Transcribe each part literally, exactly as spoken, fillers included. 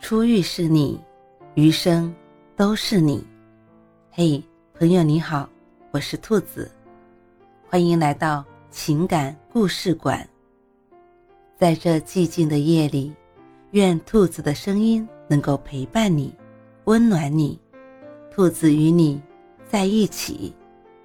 初遇是你，余生都是你。嘿，朋友你好，我是兔子，欢迎来到情感故事馆。在这寂静的夜里，愿兔子的声音能够陪伴你，温暖你，兔子与你在一起。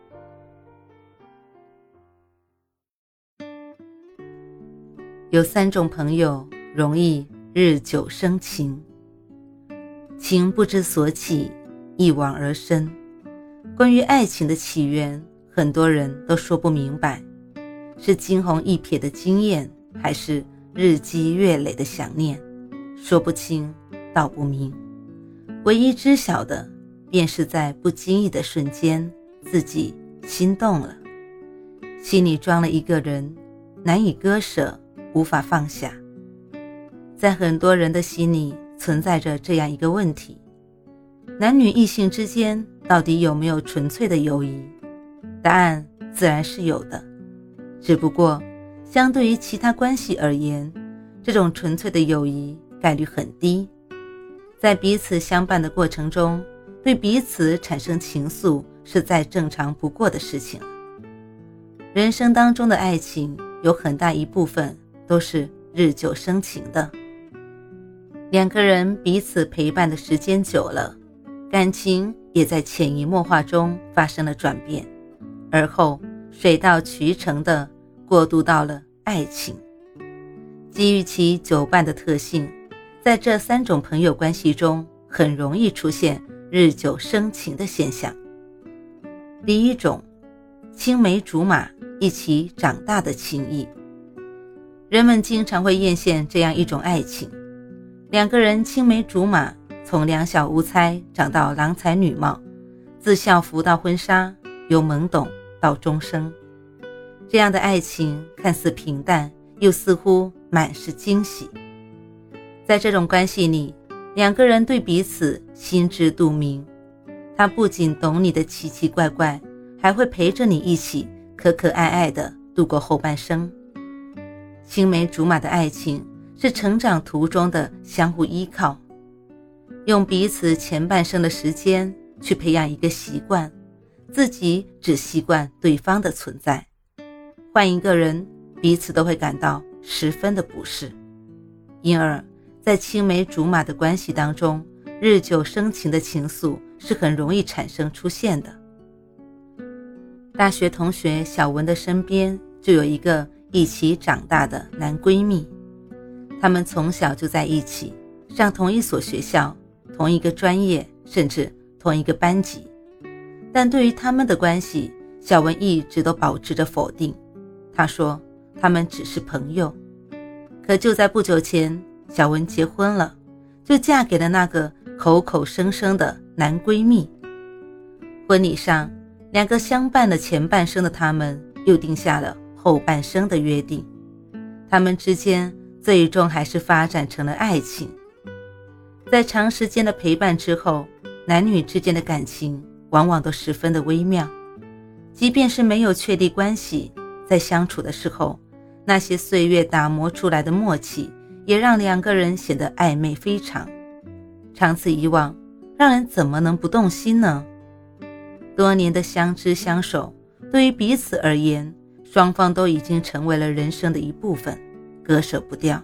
有三种朋友容易日久生情，情不知所起，一往而深。关于爱情的起源，很多人都说不明白，是惊鸿一瞥的惊艳，还是日积月累的想念，说不清道不明。唯一知晓的，便是在不经意的瞬间，自己心动了，心里装了一个人，难以割舍，无法放下。在很多人的心里存在着这样一个问题，男女异性之间到底有没有纯粹的友谊？答案自然是有的，只不过相对于其他关系而言，这种纯粹的友谊概率很低。在彼此相伴的过程中，对彼此产生情愫是再正常不过的事情。人生当中的爱情有很大一部分都是日久生情的，两个人彼此陪伴的时间久了，感情也在潜移默化中发生了转变，而后水到渠成地过渡到了爱情。基于其久伴的特性，在这三种朋友关系中很容易出现日久生情的现象。第一种，青梅竹马一起长大的情谊。人们经常会艳羡这样一种爱情，两个人青梅竹马，从两小无猜长到郎才女貌，自校服到婚纱，由懵懂到终生。这样的爱情看似平淡，又似乎满是惊喜。在这种关系里，两个人对彼此心知肚明，他不仅懂你的奇奇怪怪，还会陪着你一起可可爱爱地度过后半生。青梅竹马的爱情是成长途中的相互依靠，用彼此前半生的时间去培养一个习惯，自己只习惯对方的存在，换一个人，彼此都会感到十分的不适。因而在青梅竹马的关系当中，日久生情的情愫是很容易产生出现的。大学同学小文的身边就有一个一起长大的男闺蜜，他们从小就在一起，上同一所学校，同一个专业，甚至同一个班级。但对于他们的关系，小文一直都保持着否定。她说他们只是朋友。可就在不久前，小文结婚了，就嫁给了那个口口声声的男闺蜜。婚礼上，两个相伴了前半生的他们又定下了后半生的约定，他们之间最终还是发展成了爱情。在长时间的陪伴之后，男女之间的感情往往都十分的微妙，即便是没有确立关系，在相处的时候，那些岁月打磨出来的默契也让两个人显得暧昧非常。长此以往，让人怎么能不动心呢？多年的相知相守，对于彼此而言，双方都已经成为了人生的一部分，割舍不掉。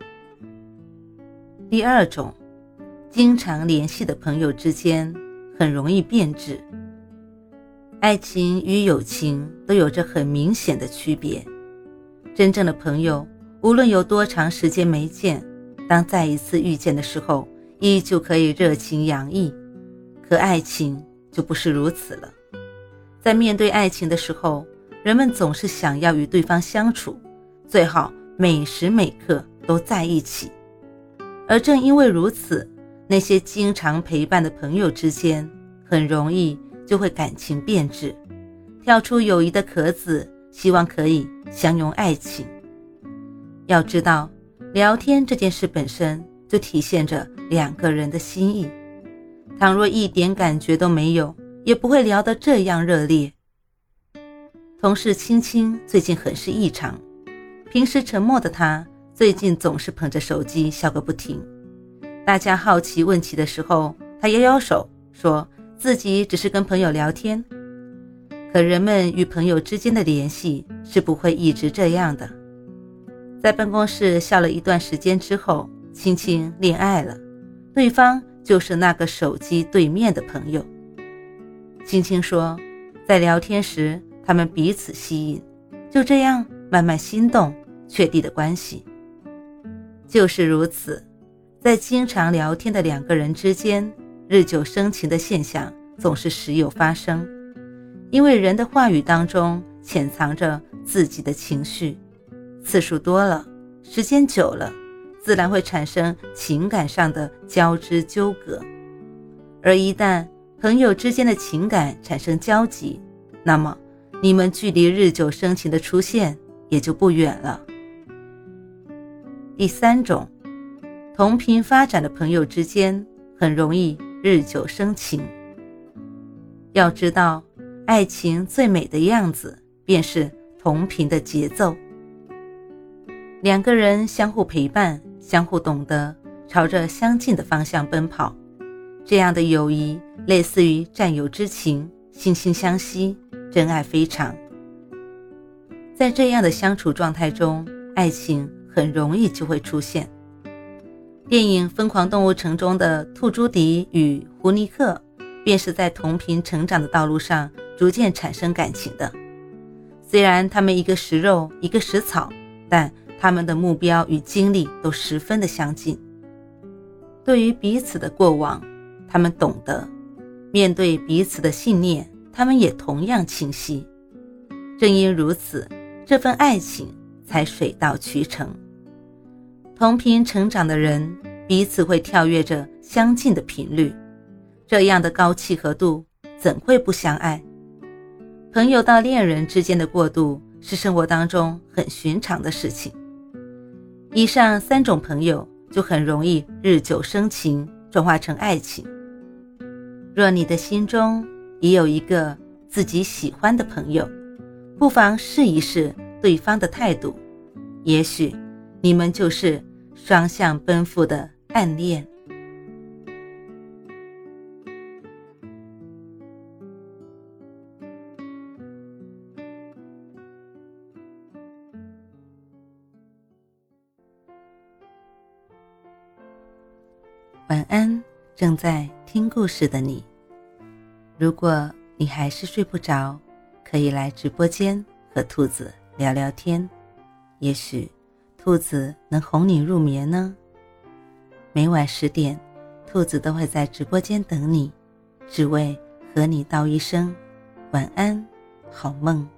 第二种，经常联系的朋友之间很容易变质。爱情与友情都有着很明显的区别。真正的朋友，无论有多长时间没见，当再一次遇见的时候，依旧可以热情洋溢。可爱情就不是如此了。在面对爱情的时候，人们总是想要与对方相处，最好每时每刻都在一起。而正因为如此，那些经常陪伴的朋友之间，很容易就会感情变质，跳出友谊的壳子，希望可以相拥爱情。要知道，聊天这件事本身就体现着两个人的心意，倘若一点感觉都没有，也不会聊得这样热烈。同事青青最近很是异常，平时沉默的她最近总是捧着手机笑个不停， 大家好奇问起的时候，他摇摇手，说自己只是跟朋友聊天。可人们与朋友之间的联系是不会一直这样的。在办公室笑了一段时间之后，青青恋爱了，对方就是那个手机对面的朋友。青青说，在聊天时他们彼此吸引，就这样慢慢心动，确立的关系。就是如此，在经常聊天的两个人之间，日久生情的现象总是时有发生。因为人的话语当中潜藏着自己的情绪，次数多了，时间久了，自然会产生情感上的交织纠葛。而一旦朋友之间的情感产生交集，那么你们距离日久生情的出现也就不远了。第三种，同频发展的朋友之间很容易日久生情。要知道，爱情最美的样子便是同频的节奏。两个人相互陪伴，相互懂得，朝着相近的方向奔跑，这样的友谊类似于战友之情，惺惺相惜，真爱非常。在这样的相处状态中，爱情很容易就会出现。电影《疯狂动物城》中的兔朱迪与胡尼克便是在同频成长的道路上逐渐产生感情的。虽然他们一个食肉，一个食草，但他们的目标与经历都十分的相近。对于彼此的过往，他们懂得；面对彼此的信念，他们也同样清晰。正因如此，这份爱情才水到渠成。同频成长的人，彼此会跳跃着相近的频率，这样的高契合度怎会不相爱？朋友到恋人之间的过渡是生活当中很寻常的事情。以上三种朋友就很容易日久生情，转化成爱情。若你的心中也有一个自己喜欢的朋友，不妨试一试对方的态度，也许你们就是双向奔赴的暗恋。晚安，正在听故事的你。如果你还是睡不着，可以来直播间和兔子聊聊天，也许兔子能哄你入眠呢。每晚十点，兔子都会在直播间等你，只为和你道一声晚安，好梦。